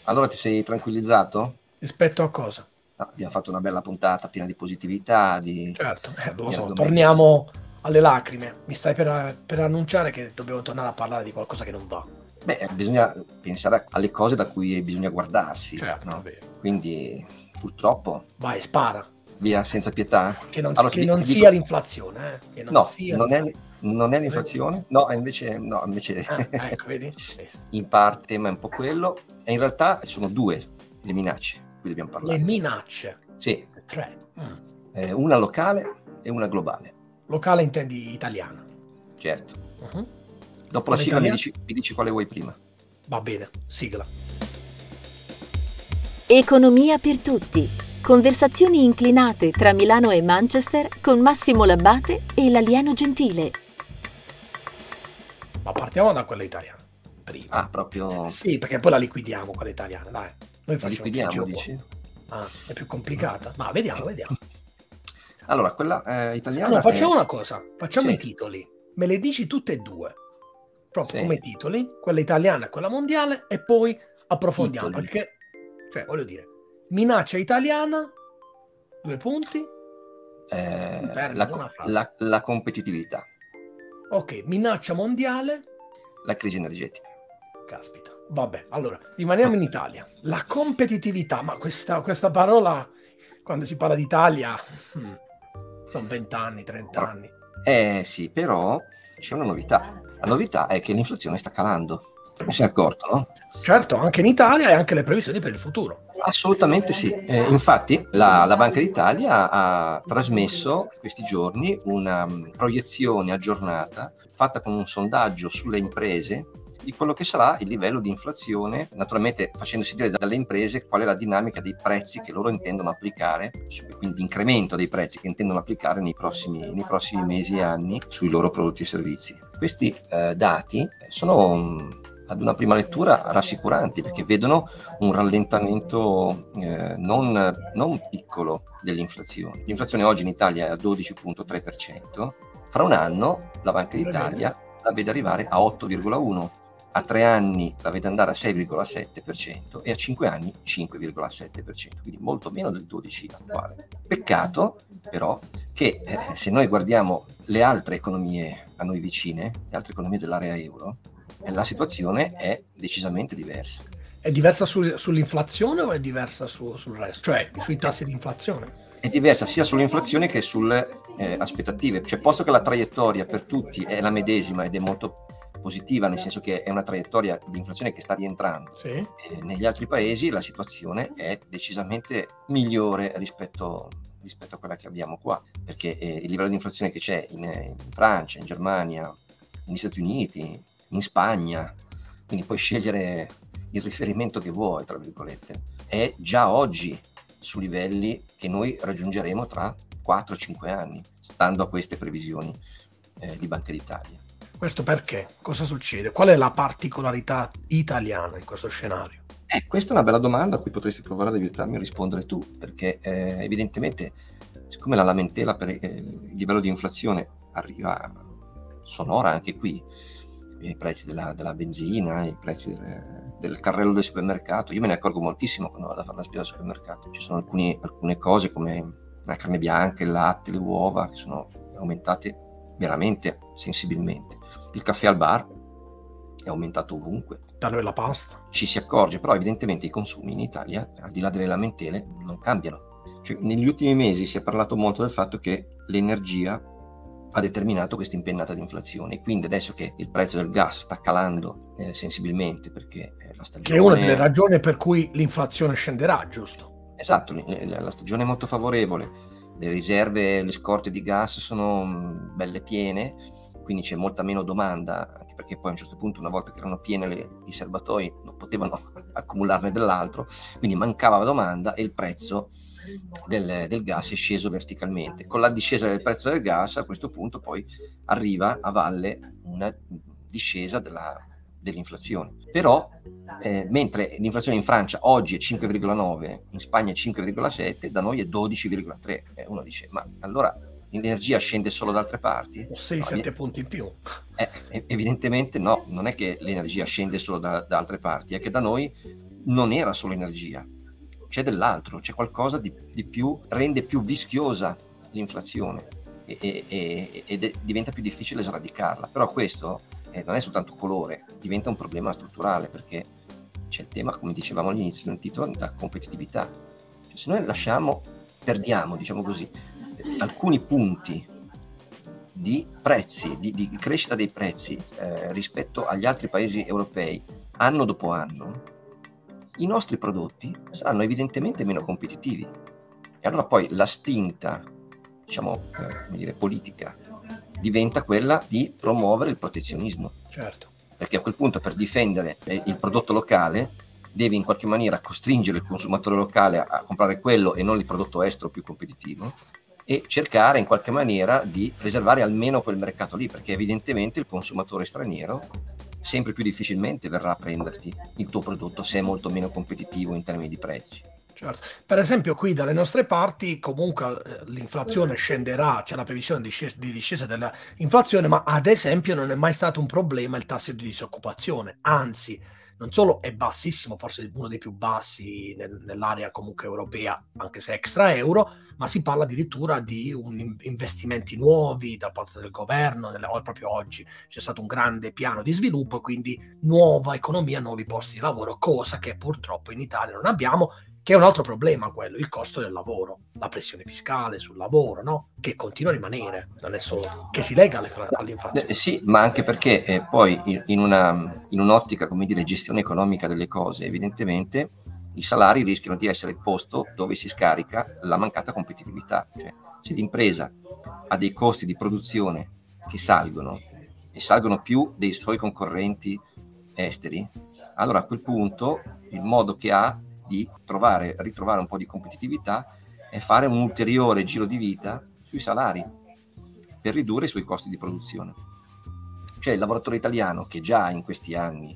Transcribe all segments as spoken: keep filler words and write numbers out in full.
Allora ti sei tranquillizzato? Rispetto a cosa? No, abbiamo fatto una bella puntata piena di positività, di, Certo, eh, lo di so, argomenti. torniamo alle lacrime. Mi stai per, per annunciare che dobbiamo tornare a parlare di qualcosa che non va. Beh, bisogna pensare alle cose da cui bisogna guardarsi, Certo, no? è vero. Quindi purtroppo Vai, spara. via senza pietà. Che non, Allora, che ti, non ti sia dico, l'inflazione, eh? Che non no, sia non è, l'inflazione. non è l'inflazione, no, è invece, no, invece Ah, ecco, vedi? in parte, ma è un po' quello, e in realtà sono due le minacce di cui dobbiamo parlare. Le minacce. Sì, Tre. Mm. eh, una locale e una globale. Locale intendi italiana. Certo. Uh-huh. Dopo la sigla mi italiana? dici, mi dici quale vuoi prima. Va bene, sigla. Economia per tutti. Conversazioni inclinate tra Milano e Manchester con Massimo Labbate e l'alieno gentile. Ma partiamo da quella italiana. Prima. Ah, proprio... Sì, perché poi la liquidiamo quella italiana, dai. Noi La liquidiamo, dici? Ah, è più complicata? Ma vediamo, vediamo. Allora, quella eh, italiana... No, facciamo è... una cosa. Facciamo sì. i titoli. Me le dici tutte e due. Proprio Sì. come titoli. Quella italiana e quella mondiale. E poi approfondiamo. Titoli. Perché, cioè, voglio dire, minaccia italiana, due punti. Eh, termine, la, una frase. la, la competitività. Ok, minaccia mondiale. La crisi energetica. Caspita. Vabbè, allora, rimaniamo in Italia. La competitività, ma questa, questa parola, quando si parla d'Italia, hmm, sono vent'anni, trent'anni. Eh sì, però c'è una novità. La novità è che l'inflazione sta calando. Ne sei accorto, no? Certo, anche in Italia e anche le previsioni per il futuro. Assolutamente sì. Eh, infatti la, la Banca d'Italia ha trasmesso questi giorni una um, proiezione aggiornata fatta con un sondaggio sulle imprese di quello che sarà il livello di inflazione, naturalmente facendosi dire dalle imprese qual è la dinamica dei prezzi che loro intendono applicare, quindi l'incremento dei prezzi che intendono applicare nei prossimi, nei prossimi mesi e anni sui loro prodotti e servizi. Questi eh, dati sono um, ad una prima lettura rassicuranti perché vedono un rallentamento eh, non, non piccolo dell'inflazione. L'inflazione oggi in Italia è al dodici virgola tre per cento, fra un anno la Banca d'Italia la vede arrivare a otto virgola uno per cento, a tre anni la vede andare a sei virgola sette per cento e a cinque anni cinque virgola sette per cento, quindi molto meno del dodici attuale. Peccato però che eh, se noi guardiamo le altre economie a noi vicine, le altre economie dell'area euro, eh, la situazione è decisamente diversa. È diversa sul, sull'inflazione o è diversa su, sul resto? Cioè sui tassi di inflazione? È diversa sia sull'inflazione che sulle eh, aspettative, cioè posto che la traiettoria per tutti è la medesima ed è molto positiva, nel senso che è una traiettoria di inflazione che sta rientrando. Sì. Eh, negli altri paesi la situazione è decisamente migliore rispetto, rispetto a quella che abbiamo qua, perché eh, il livello di inflazione che c'è in, in Francia, in Germania, negli Stati Uniti, in Spagna, quindi puoi scegliere il riferimento che vuoi, tra virgolette, è già oggi su livelli che noi raggiungeremo tra quattro cinque anni, stando a queste previsioni eh, di Banca d'Italia. Questo perché? Cosa succede? Qual è la particolarità italiana in questo scenario? Eh, questa è una bella domanda a cui potresti provare ad aiutarmi a rispondere tu, perché eh, evidentemente, siccome la lamentela per eh, il livello di inflazione arriva sonora anche qui, i prezzi della, della benzina, i prezzi del, del carrello del supermercato, io me ne accorgo moltissimo quando vado a fare la spesa al supermercato. Ci sono alcuni, alcune cose come la carne bianca, il latte, le uova che sono aumentate veramente sensibilmente. Il caffè al bar è aumentato ovunque. Da noi la pasta. Ci si accorge, però evidentemente i consumi in Italia, al di là delle lamentele, non cambiano. Cioè, negli ultimi mesi si è parlato molto del fatto che l'energia ha determinato questa impennata di inflazione, quindi adesso che il prezzo del gas sta calando eh, sensibilmente perché eh, la stagione... Che è una delle ragioni per cui l'inflazione scenderà, giusto? Esatto, la stagione è molto favorevole, le riserve, le scorte di gas sono belle piene, quindi c'è molta meno domanda, anche perché poi a un certo punto, una volta che erano piene le, i serbatoi, non potevano accumularne dell'altro, quindi mancava la domanda e il prezzo del, del gas è sceso verticalmente. Con la discesa del prezzo del gas a questo punto poi arriva a valle una discesa della, dell'inflazione. Però eh, mentre l'inflazione in Francia oggi è cinque virgola nove, in Spagna è cinque virgola sette, da noi è dodici virgola tre. Eh, uno dice, ma allora l'energia scende solo da altre parti? sei sette no, punti in più. Eh, evidentemente no, non è che l'energia scende solo da, da altre parti, è che da noi non era solo energia, c'è dell'altro, c'è qualcosa di, di più, rende più vischiosa l'inflazione e, e, e, ed è, diventa più difficile sradicarla. Però questo eh, non è soltanto colore, diventa un problema strutturale, perché c'è il tema, come dicevamo all'inizio del titolo, della competitività. Cioè, se noi lasciamo, perdiamo, diciamo così, alcuni punti di prezzi, di, di crescita dei prezzi eh, rispetto agli altri paesi europei anno dopo anno, i nostri prodotti saranno evidentemente meno competitivi. E allora poi la spinta, diciamo, eh, come dire, politica, diventa quella di promuovere il protezionismo. Certo. Perché a quel punto, per difendere il prodotto locale, devi in qualche maniera costringere il consumatore locale a comprare quello e non il prodotto estero più competitivo, e cercare in qualche maniera di preservare almeno quel mercato lì, perché evidentemente il consumatore straniero sempre più difficilmente verrà a prenderti il tuo prodotto se è molto meno competitivo in termini di prezzi. Certo. Per esempio qui dalle nostre parti comunque l'inflazione scenderà, c'è la previsione di discesa, di discesa dell'inflazione, ma ad esempio non è mai stato un problema il tasso di disoccupazione, anzi non solo è bassissimo, forse uno dei più bassi nel, nell'area comunque europea, anche se extra euro, ma si parla addirittura di un, investimenti nuovi da parte del governo, nelle, proprio oggi c'è stato un grande piano di sviluppo, quindi nuova economia, nuovi posti di lavoro, cosa che purtroppo in Italia non abbiamo, che è un altro problema quello, il costo del lavoro, la pressione fiscale sul lavoro, no? Che continua a rimanere, non è solo che si lega alle, all'inflazione. Eh, sì, ma anche perché eh, poi in, una, in un'ottica, come dire, gestione economica delle cose, evidentemente i salari rischiano di essere il posto dove si scarica la mancata competitività. Cioè, se l'impresa ha dei costi di produzione che salgono e salgono più dei suoi concorrenti esteri, allora a quel punto il modo che ha di trovare, ritrovare un po' di competitività è fare un ulteriore giro di vita sui salari per ridurre i suoi costi di produzione. Cioè il lavoratore italiano, che già in questi anni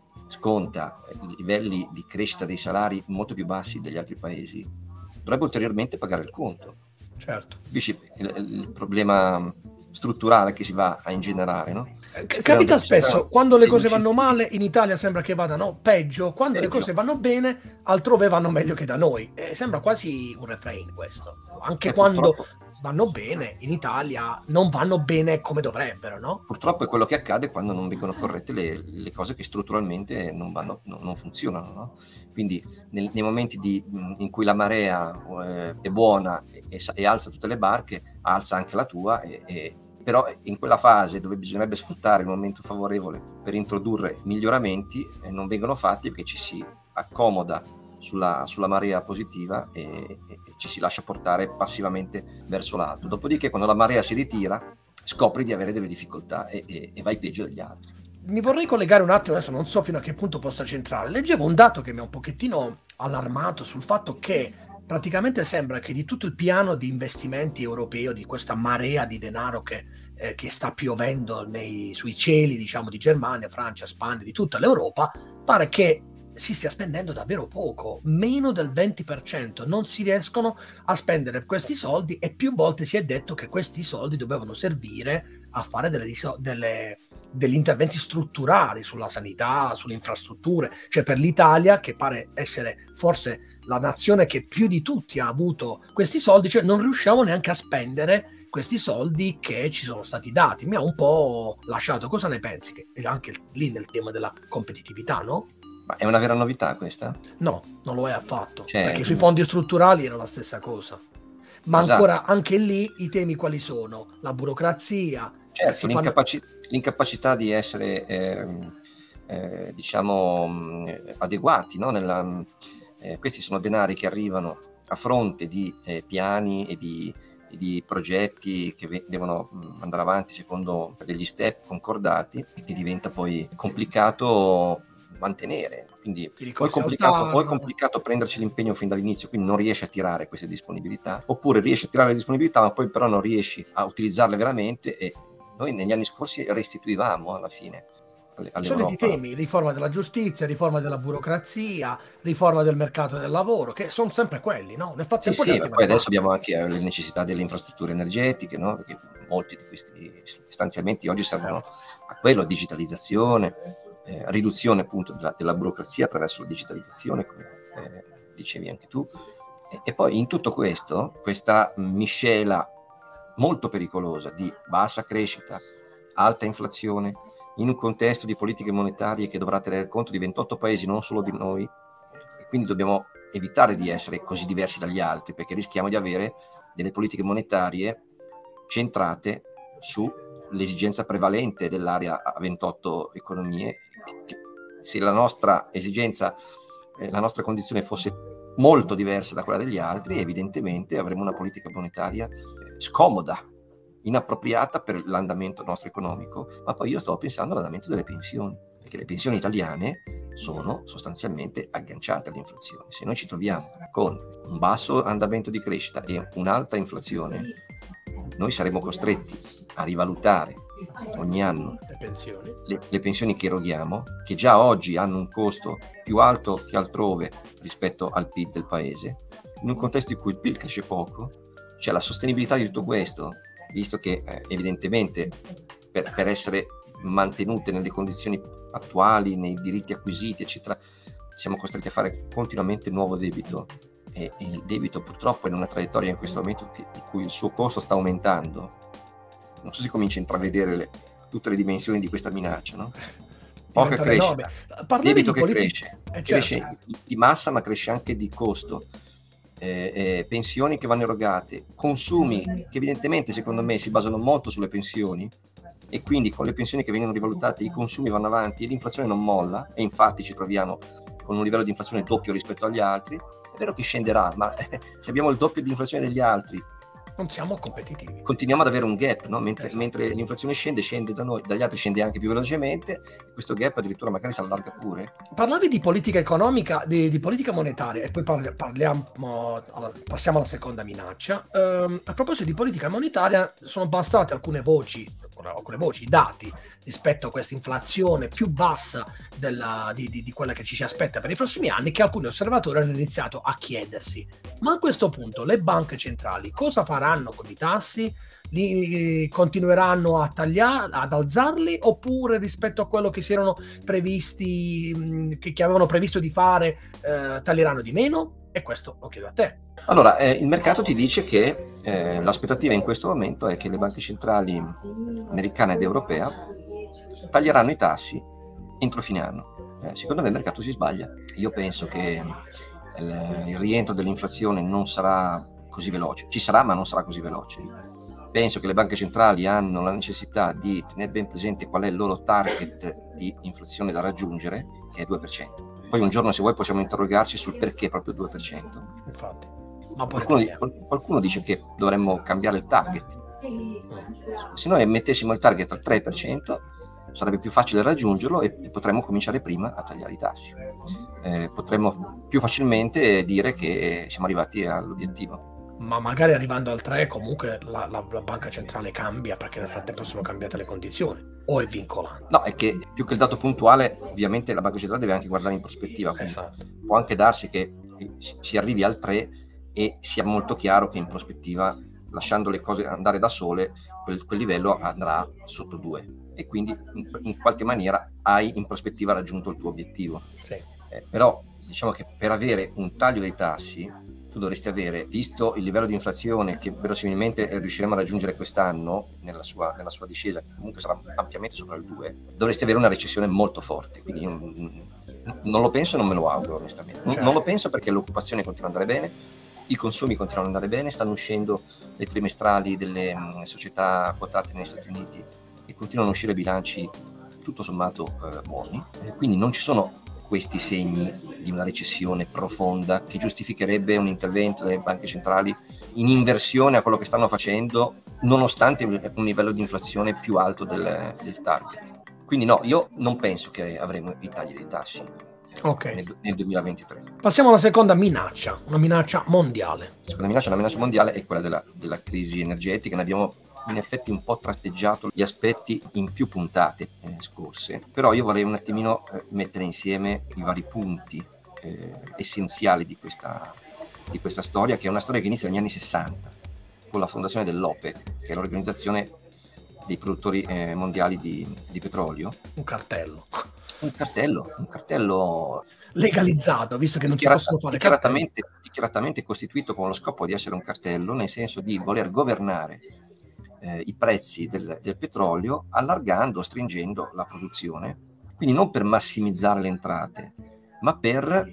sconta livelli di crescita dei salari molto più bassi degli altri paesi, dovrebbe ulteriormente pagare il conto. Certo. Capisci il, il problema strutturale che si va a ingenerare, no? Capita spesso, quando le cose vanno male in Italia sembra che vadano peggio, quando peggio. Le cose vanno bene altrove vanno meglio che da noi, e sembra quasi un refrain questo, anche e quando purtroppo, vanno bene in Italia non vanno bene come dovrebbero, no? Purtroppo è quello che accade quando non vengono corrette le, le cose che strutturalmente non, vanno, non, non funzionano, no? Quindi nel, nei momenti di, in cui la marea eh, è buona e, e, e alza tutte le barche, alza anche la tua e, e però in quella fase dove bisognerebbe sfruttare il momento favorevole per introdurre miglioramenti eh, non vengono fatti, perché ci si accomoda sulla, sulla marea positiva e, e, e ci si lascia portare passivamente verso l'alto. Dopodiché quando la marea si ritira scopri di avere delle difficoltà e, e, e vai peggio degli altri. Mi vorrei collegare un attimo, adesso non so fino a che punto possa centrare. Leggevo un dato che mi ha un pochettino allarmato sul fatto che praticamente sembra che di tutto il piano di investimenti europeo, di questa marea di denaro che, eh, che sta piovendo nei, sui cieli, diciamo, di Germania, Francia, Spagna, di tutta l'Europa, pare che si stia spendendo davvero poco, meno del venti per cento. Non si riescono a spendere questi soldi e più volte si è detto che questi soldi dovevano servire a fare delle, delle, degli interventi strutturali sulla sanità, sulle infrastrutture. Cioè per l'Italia, che pare essere forse la nazione che più di tutti ha avuto questi soldi, cioè non riusciamo neanche a spendere questi soldi che ci sono stati dati. Mi ha un po' lasciato. Cosa ne pensi? Che è anche lì nel tema della competitività, no? Ma è una vera novità questa? No, non lo è affatto, cioè, perché sui fondi strutturali era la stessa cosa. Ma esatto. Ancora anche lì i temi quali sono? La burocrazia. Certo, l'incapaci- fanno... l'incapacità di essere eh, eh, diciamo adeguati, no? Nella, eh, questi sono denari che arrivano a fronte di eh, piani e di, e di progetti che ve- devono mh, andare avanti secondo degli step concordati, e che diventa poi complicato mantenere, quindi o è, complicato, o è complicato prendersi l'impegno fin dall'inizio, quindi non riesci a tirare queste disponibilità, oppure riesci a tirare le disponibilità ma poi però non riesci a utilizzarle veramente, e noi negli anni scorsi restituivamo alla fine all'Europa. Sono i temi, riforma della giustizia, riforma della burocrazia, riforma del mercato del lavoro, che sono sempre quelli, no? Nel sì, sì, ma poi adesso abbiamo anche le necessità delle infrastrutture energetiche, no? Perché molti di questi stanziamenti oggi servono a quello, digitalizzazione, eh, riduzione appunto della, della burocrazia attraverso la digitalizzazione, come eh, dicevi anche tu, e, e poi in tutto questo, questa miscela molto pericolosa di bassa crescita, alta inflazione, in un contesto di politiche monetarie che dovrà tenere conto di ventotto paesi, non solo di noi, e quindi dobbiamo evitare di essere così diversi dagli altri, perché rischiamo di avere delle politiche monetarie centrate sull'esigenza prevalente dell'area a ventotto economie. Se la nostra esigenza, eh, la nostra condizione fosse molto diversa da quella degli altri, evidentemente avremo una politica monetaria eh, scomoda, inappropriata per l'andamento nostro economico. Ma poi io stavo pensando all'andamento delle pensioni, perché le pensioni italiane sono sostanzialmente agganciate all'inflazione. Se noi ci troviamo con un basso andamento di crescita e un'alta inflazione, noi saremo costretti a rivalutare ogni anno le pensioni. Le, le pensioni che eroghiamo, che già oggi hanno un costo più alto che altrove rispetto al P I L del paese, in un contesto in cui il P I L cresce poco. Cioè la sostenibilità di tutto questo, visto che eh, evidentemente per, per essere mantenute nelle condizioni attuali, nei diritti acquisiti, eccetera, siamo costretti a fare continuamente nuovo debito, e, e il debito purtroppo è in una traiettoria in questo momento che, di cui il suo costo sta aumentando. Non so se comincia a intravedere le, tutte le dimensioni di questa minaccia, no? Poca crescita, debito che politica... cresce, eh, cresce certo. di massa ma cresce anche di costo, eh, eh, pensioni che vanno erogate, consumi che evidentemente secondo me si basano molto sulle pensioni, e quindi con le pensioni che vengono rivalutate i consumi vanno avanti e l'inflazione non molla, e infatti ci troviamo con un livello di inflazione doppio rispetto agli altri. È vero che scenderà, ma eh, se abbiamo il doppio di inflazione degli altri non siamo competitivi, continuiamo ad avere un gap, no? mentre, esatto. mentre l'inflazione scende, scende da noi, dagli altri scende anche più velocemente, questo gap addirittura magari si allarga pure. Parlavi di politica economica, di, di politica monetaria, e poi parli, parliamo, passiamo alla seconda minaccia. Um, a proposito di politica monetaria, sono bastate alcune voci, alcune voci, dati rispetto a questa inflazione più bassa della, di, di, di quella che ci si aspetta per i prossimi anni, che alcuni osservatori hanno iniziato a chiedersi: ma a questo punto le banche centrali cosa faranno con i tassi? Li continueranno a tagliare, ad alzarli, oppure rispetto a quello che si erano previsti, che, che avevano previsto di fare, eh, taglieranno di meno? E questo lo chiedo a te. Allora, eh, il mercato ti dice che eh, l'aspettativa in questo momento è che le banche centrali americana ed europea taglieranno i tassi entro fine anno. Eh, secondo me il mercato si sbaglia. Io penso che il, il rientro dell'inflazione non sarà così veloce. Ci sarà, ma non sarà così veloce. Penso che le banche centrali hanno la necessità di tenere ben presente qual è il loro target di inflazione da raggiungere, che è il due per cento. Poi un giorno, se vuoi, possiamo interrogarci sul perché proprio il due per cento. Infatti. Ma qualcuno, qualcuno dice che dovremmo cambiare il target. Se noi mettessimo il target al tre per cento sarebbe più facile raggiungerlo e potremmo cominciare prima a tagliare i tassi. Eh, potremmo più facilmente dire che siamo arrivati all'obiettivo. Ma magari arrivando al tre comunque la, la, la banca centrale cambia, perché nel frattempo sono cambiate le condizioni, o è vincolante? No, è che più che il dato puntuale, ovviamente la banca centrale deve anche guardare in prospettiva. Esatto. Può anche darsi che si arrivi al tre e sia molto chiaro che in prospettiva, lasciando le cose andare da sole, quel, quel livello andrà sotto due, e quindi in, in qualche maniera hai in prospettiva raggiunto il tuo obiettivo. Sì. Eh, però diciamo che per avere un taglio dei tassi tu dovresti avere, visto il livello di inflazione che verosimilmente riusciremo a raggiungere quest'anno nella sua, nella sua discesa, che comunque sarà ampiamente sopra il due, dovresti avere una recessione molto forte. Quindi io non lo penso e non me lo auguro onestamente. Non, non lo penso, perché l'occupazione continua ad andare bene, i consumi continuano ad andare bene, stanno uscendo le trimestrali delle mh, società quotate negli Stati Uniti e continuano a uscire bilanci tutto sommato eh, buoni, eh, quindi non ci sono questi segni di una recessione profonda che giustificherebbe un intervento delle banche centrali in inversione a quello che stanno facendo, nonostante un livello di inflazione più alto del, del target. Quindi no, io non penso che avremo i tagli dei tassi okay. nel, nel duemilaventitré. Passiamo alla seconda minaccia, una minaccia mondiale. La seconda minaccia, una minaccia mondiale, è quella della, della crisi energetica. Ne abbiamo in effetti un po' tratteggiato gli aspetti in più puntate eh, scorse, però io vorrei un attimino eh, mettere insieme i vari punti eh, essenziali di questa, di questa storia, che è una storia che inizia negli anni sessanta con la fondazione dell'OPEC, che è l'organizzazione dei produttori eh, mondiali di, di petrolio. Un cartello. Un cartello, un cartello legalizzato, visto che non si dichiarata, possono fare dichiaratamente, dichiaratamente costituito con lo scopo di essere un cartello, nel senso di voler governare eh, i prezzi del, del petrolio, allargando, stringendo la produzione, quindi non per massimizzare le entrate, ma per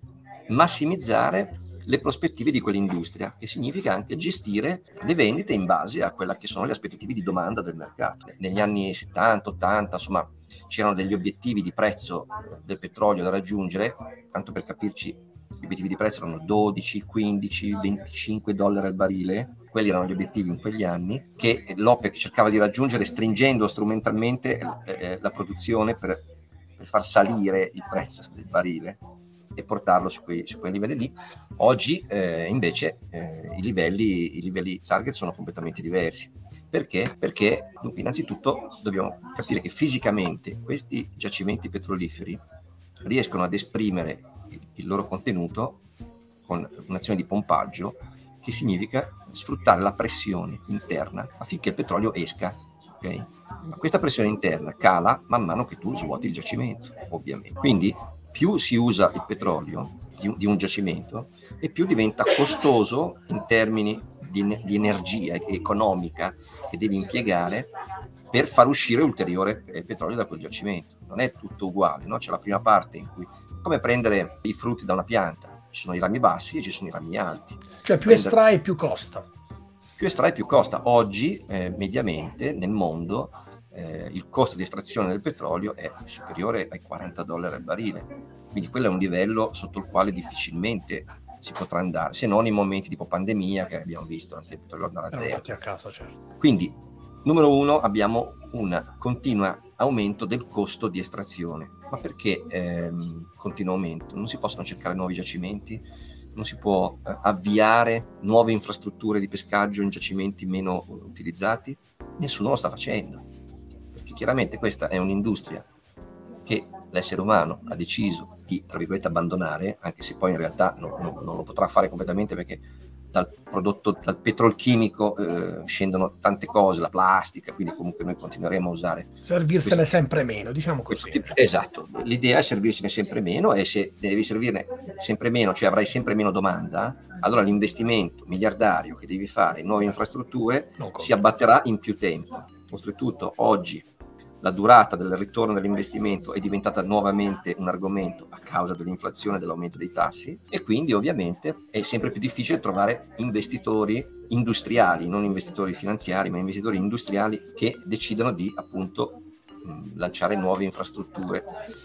massimizzare le prospettive di quell'industria, che significa anche gestire le vendite in base a quella che sono le aspettative di domanda del mercato. Negli anni settanta, ottanta, insomma, c'erano degli obiettivi di prezzo del petrolio da raggiungere, tanto per capirci, gli obiettivi di prezzo erano dodici, quindici, venticinque dollari al barile. Quelli erano gli obiettivi in quegli anni, che l'OPEC cercava di raggiungere stringendo strumentalmente eh, la produzione per, per far salire il prezzo del barile e portarlo su quei, su quei livelli lì. Oggi eh, invece eh, i livelli i livelli target sono completamente diversi. Perché? Perché innanzitutto dobbiamo capire che fisicamente questi giacimenti petroliferi riescono ad esprimere il, il loro contenuto con un'azione di pompaggio, che significa sfruttare la pressione interna affinché il petrolio esca. Okay? Ma questa pressione interna cala man mano che tu svuoti il giacimento, ovviamente. Quindi più si usa il petrolio di un, di un giacimento e più diventa costoso in termini di, di energia economica che devi impiegare per far uscire ulteriore petrolio da quel giacimento. Non è tutto uguale, no? C'è la prima parte in cui, come prendere i frutti da una pianta, ci sono i rami bassi e ci sono i rami alti. Cioè più prendere... estrai più costa. Più estrai più costa. Oggi eh, mediamente nel mondo Eh, il costo di estrazione del petrolio è superiore ai quaranta dollari al barile, quindi quello è un livello sotto il quale difficilmente si potrà andare, se non in momenti tipo pandemia, che abbiamo visto anche il petrolio andare a zero. A casa, certo. Quindi numero uno, abbiamo un continuo aumento del costo di estrazione. Ma perché ehm, continuo aumento? Non si possono cercare nuovi giacimenti, non si può eh, avviare nuove infrastrutture di pescaggio in giacimenti meno utilizzati? Nessuno lo sta facendo. Chiaramente questa è un'industria che l'essere umano ha deciso di, tra virgolette, abbandonare, anche se poi in realtà no, no, non lo potrà fare completamente, perché dal prodotto, dal petrolchimico eh, scendono tante cose, la plastica, quindi comunque noi continueremo a usare. Servirsene questo, sempre meno, diciamo così. Tipo, esatto, l'idea è servirsene sempre meno, e se devi servirne sempre meno, cioè avrai sempre meno domanda, allora l'investimento miliardario che devi fare in nuove infrastrutture si abbatterà in più tempo. Oltretutto oggi la durata del ritorno dell'investimento è diventata nuovamente un argomento a causa dell'inflazione e dell'aumento dei tassi, e quindi ovviamente è sempre più difficile trovare investitori industriali, non investitori finanziari, ma investitori industriali che decidano di appunto mh, lanciare nuove infrastrutture.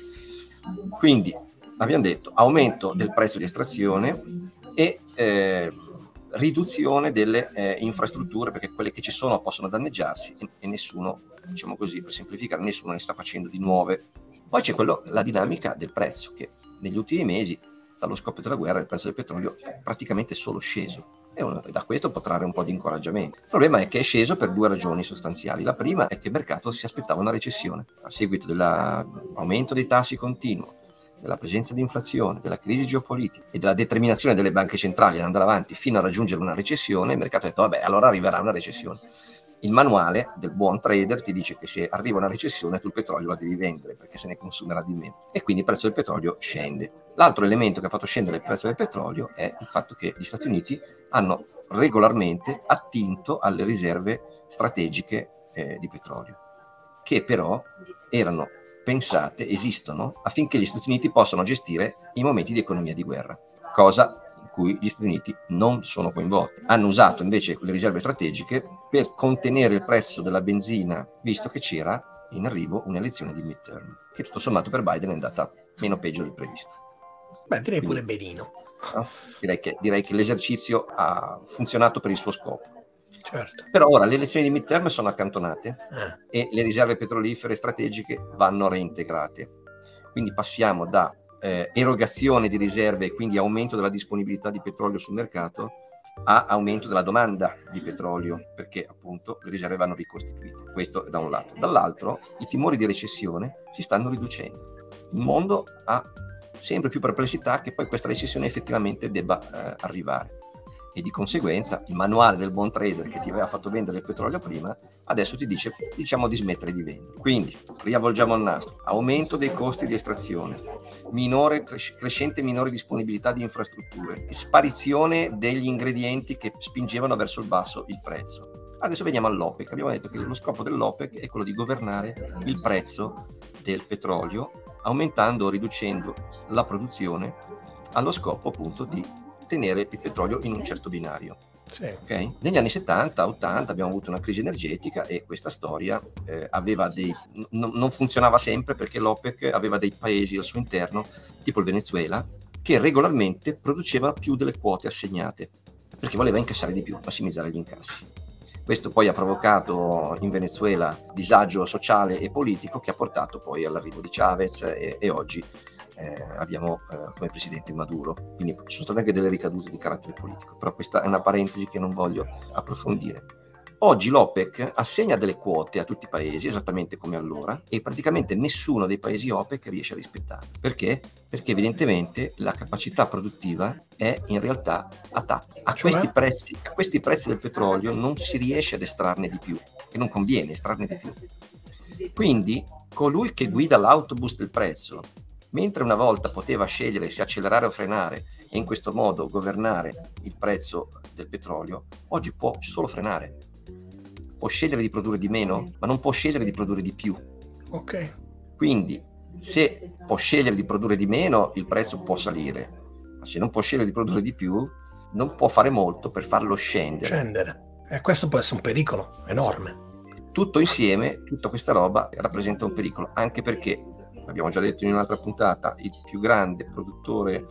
Quindi abbiamo detto aumento del prezzo di estrazione e eh, riduzione delle eh, infrastrutture, perché quelle che ci sono possono danneggiarsi e, e nessuno, diciamo così per semplificare, nessuno ne sta facendo di nuove. Poi c'è quello, la dinamica del prezzo, che negli ultimi mesi, dallo scoppio della guerra, il prezzo del petrolio è praticamente solo sceso, e uno, da questo può trarre un po' di incoraggiamento. Il problema è che è sceso per due ragioni sostanziali. La prima è che il mercato si aspettava una recessione a seguito dell'aumento dei tassi continuo, della presenza di inflazione, della crisi geopolitica e della determinazione delle banche centrali ad andare avanti fino a raggiungere una recessione. Il mercato ha detto vabbè, allora arriverà una recessione. Il manuale del buon trader ti dice che se arriva una recessione tu il petrolio la devi vendere perché se ne consumerà di meno, e quindi il prezzo del petrolio scende. L'altro elemento che ha fatto scendere il prezzo del petrolio è il fatto che gli Stati Uniti hanno regolarmente attinto alle riserve strategiche eh, di petrolio, che però erano pensate, esistono affinché gli Stati Uniti possano gestire i momenti di economia di guerra, cosa in cui gli Stati Uniti non sono coinvolti. Hanno usato invece le riserve strategiche per contenere il prezzo della benzina, visto che c'era in arrivo un'elezione di midterm, che tutto sommato per Biden è andata meno peggio del previsto. Beh, direi Quindi, pure benino. No? Direi che, direi che l'esercizio ha funzionato per il suo scopo. Certo. Però ora le elezioni di midterm sono accantonate eh. e le riserve petrolifere strategiche vanno reintegrate. Quindi passiamo da eh, erogazione di riserve e quindi aumento della disponibilità di petrolio sul mercato a aumento della domanda di petrolio, perché appunto le riserve vanno ricostituite. Questo da un lato. Dall'altro i timori di recessione si stanno riducendo. Il mondo ha sempre più perplessità che poi questa recessione effettivamente debba eh, arrivare. e di conseguenza il manuale del buon trader che ti aveva fatto vendere il petrolio prima adesso ti dice, diciamo, di smettere di vendere. Quindi riavvolgiamo il nastro: aumento dei costi di estrazione, minore cres- crescente minore disponibilità di infrastrutture, sparizione degli ingredienti che spingevano verso il basso il prezzo. Adesso veniamo all'OPEC. Abbiamo detto che lo scopo dell'OPEC è quello di governare il prezzo del petrolio, aumentando o riducendo la produzione allo scopo appunto di tenere il petrolio in un certo binario. Sì. Okay? Negli anni settanta ottanta abbiamo avuto una crisi energetica e questa storia eh, aveva dei, n- non funzionava sempre, perché l'OPEC aveva dei paesi al suo interno, tipo il Venezuela, che regolarmente produceva più delle quote assegnate, perché voleva incassare di più, massimizzare gli incassi. Questo poi ha provocato in Venezuela disagio sociale e politico, che ha portato poi all'arrivo di Chavez e, e oggi eh, abbiamo eh, come presidente Maduro. Quindi ci sono state anche delle ricadute di carattere politico, però questa è una parentesi che non voglio approfondire. Oggi l'OPEC assegna delle quote a tutti i paesi, esattamente come allora, e praticamente nessuno dei paesi OPEC riesce a rispettarle. Perché? Perché evidentemente la capacità produttiva è in realtà a tappo. A questi prezzi, a questi prezzi del petrolio non si riesce ad estrarne di più, e non conviene estrarne di più. Quindi colui che guida l'autobus del prezzo, mentre una volta poteva scegliere se accelerare o frenare e in questo modo governare il prezzo del petrolio, oggi può solo frenare. Può scegliere di produrre di meno, ma non può scegliere di produrre di più. Ok. Quindi, se può scegliere di produrre di meno, il prezzo può salire, ma se non può scegliere di produrre di più, non può fare molto per farlo scendere. Scendere. E questo può essere un pericolo enorme. Tutto insieme, tutta questa roba rappresenta un pericolo, anche perché, abbiamo già detto in un'altra puntata, il più grande produttore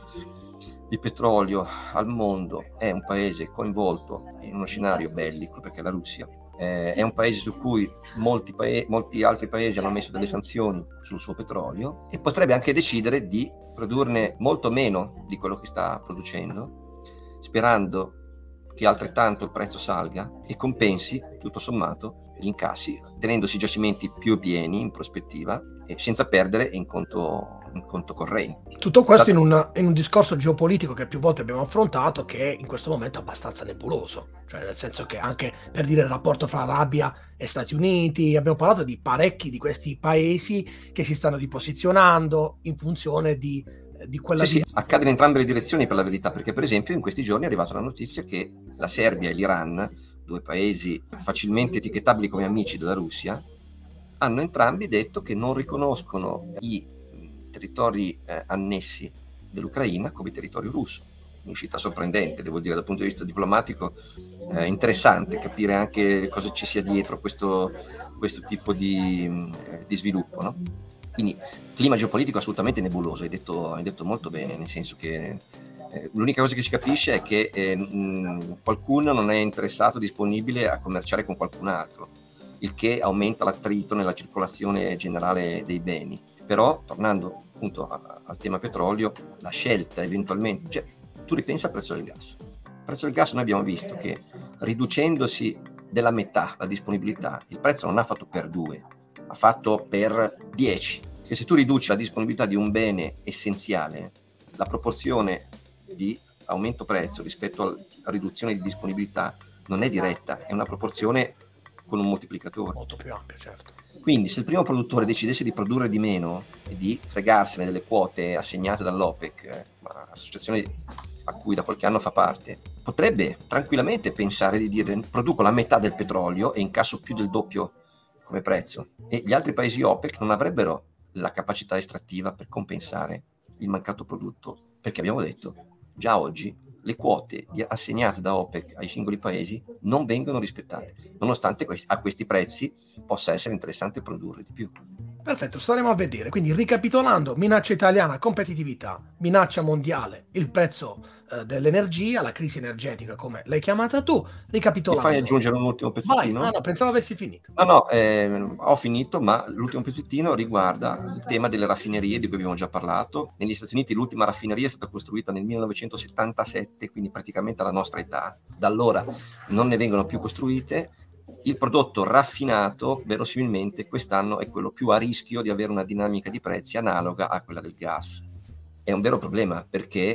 di petrolio al mondo è un paese coinvolto in uno scenario bellico, perché è la Russia. Eh, è un paese su cui molti, pae- molti altri paesi hanno messo delle sanzioni sul suo petrolio, e potrebbe anche decidere di produrne molto meno di quello che sta producendo, sperando che altrettanto il prezzo salga e compensi tutto sommato gli incassi, tenendosi i giacimenti più pieni in prospettiva e senza perdere in conto, in conto corrente. Tutto questo in un, in un discorso geopolitico che più volte abbiamo affrontato, che in questo momento è abbastanza nebuloso, cioè nel senso che anche per dire il rapporto fra Arabia e Stati Uniti, abbiamo parlato di parecchi di questi paesi che si stanno riposizionando in funzione di, di quella... Sì, di... sì, accade in entrambe le direzioni, per la verità, perché per esempio in questi giorni è arrivata la notizia che la Serbia e l'Iran, due paesi facilmente etichettabili come amici della Russia, hanno entrambi detto che non riconoscono i territori eh, annessi dell'Ucraina come territorio russo. Un'uscita sorprendente, devo dire, dal punto di vista diplomatico, eh, interessante capire anche cosa ci sia dietro questo, questo tipo di, eh, di sviluppo, no? Quindi clima geopolitico assolutamente nebuloso, hai detto, hai detto molto bene, nel senso che eh, l'unica cosa che si capisce è che eh, mh, qualcuno non è interessato, disponibile a commerciare con qualcun altro, il che aumenta l'attrito nella circolazione generale dei beni. Però, tornando appunto a, al tema petrolio, la scelta eventualmente, cioè tu ripensa al prezzo del gas. Il prezzo del gas noi abbiamo visto che riducendosi della metà la disponibilità, il prezzo non ha fatto per due, ha fatto per dieci. Che se tu riduci la disponibilità di un bene essenziale, la proporzione di aumento prezzo rispetto alla riduzione di disponibilità non è diretta, è una proporzione con un moltiplicatore molto più ampio, certo. Quindi se il primo produttore decidesse di produrre di meno e di fregarsene delle quote assegnate dall'OPEC, eh, associazione a cui da qualche anno fa parte, potrebbe tranquillamente pensare di dire: produco la metà del petrolio e incasso più del doppio come prezzo, e gli altri paesi OPEC non avrebbero la capacità estrattiva per compensare il mancato prodotto, perché abbiamo detto già oggi le quote assegnate da OPEC ai singoli paesi non vengono rispettate, nonostante a questi prezzi possa essere interessante produrre di più. Perfetto, staremo a vedere. Quindi ricapitolando: minaccia italiana, competitività; minaccia mondiale, il prezzo eh, dell'energia, la crisi energetica come l'hai chiamata tu. Ricapitolando. Mi fai aggiungere un ultimo pezzettino? Vai, no, no, pensavo avessi finito. No, no, eh, ho finito, ma l'ultimo pezzettino riguarda il tema delle raffinerie di cui abbiamo già parlato. Negli Stati Uniti l'ultima raffineria è stata costruita nel millenovecentosettantasette, quindi praticamente alla nostra età. Da allora non ne vengono più costruite. Il prodotto raffinato verosimilmente quest'anno è quello più a rischio di avere una dinamica di prezzi analoga a quella del gas. È un vero problema, perché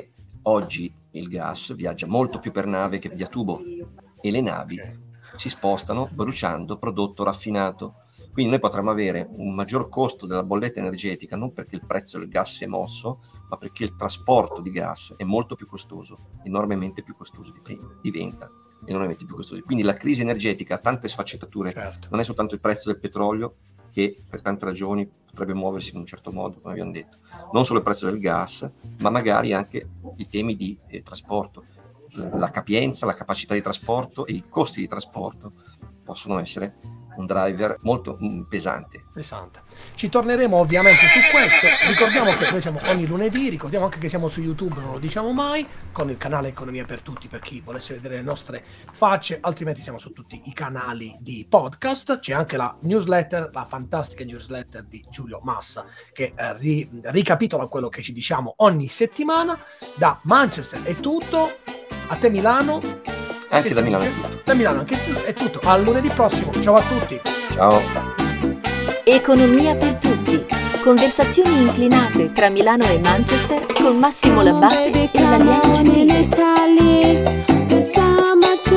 Oggi il gas viaggia molto più per nave che via tubo e le navi okay. si spostano bruciando prodotto raffinato. Quindi noi potremmo avere un maggior costo della bolletta energetica non perché il prezzo del gas si è mosso, ma perché il trasporto di gas è molto più costoso, enormemente più costoso di prima, diventa enormemente più costoso. Quindi la crisi energetica ha tante sfaccettature, certo. non è soltanto il prezzo del petrolio che per tante ragioni potrebbe muoversi in un certo modo, come abbiamo detto, non solo il prezzo del gas, ma magari anche i temi di eh, trasporto, la capienza, la capacità di trasporto e i costi di trasporto possono essere un driver molto mm, pesante. pesante. Ci torneremo ovviamente su questo. Ricordiamo che noi siamo ogni lunedì, ricordiamo anche che siamo su YouTube, non lo diciamo mai, con il canale Economia per Tutti per chi volesse vedere le nostre facce, altrimenti siamo su tutti i canali di podcast. C'è anche la newsletter, la fantastica newsletter di Giulio Massa che eh, ri- ricapitola quello che ci diciamo ogni settimana. Da Manchester è tutto, a te Milano. Anche da Milano è tutto. Da Milano anche è tutto. Al lunedì prossimo. Ciao a tutti. Ciao. Economia per tutti. Conversazioni inclinate tra Milano e Manchester con Massimo Labbate e l'Alieno Gentile.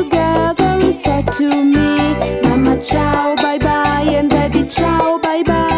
Ciao, bye bye, and baby ciao, bye bye.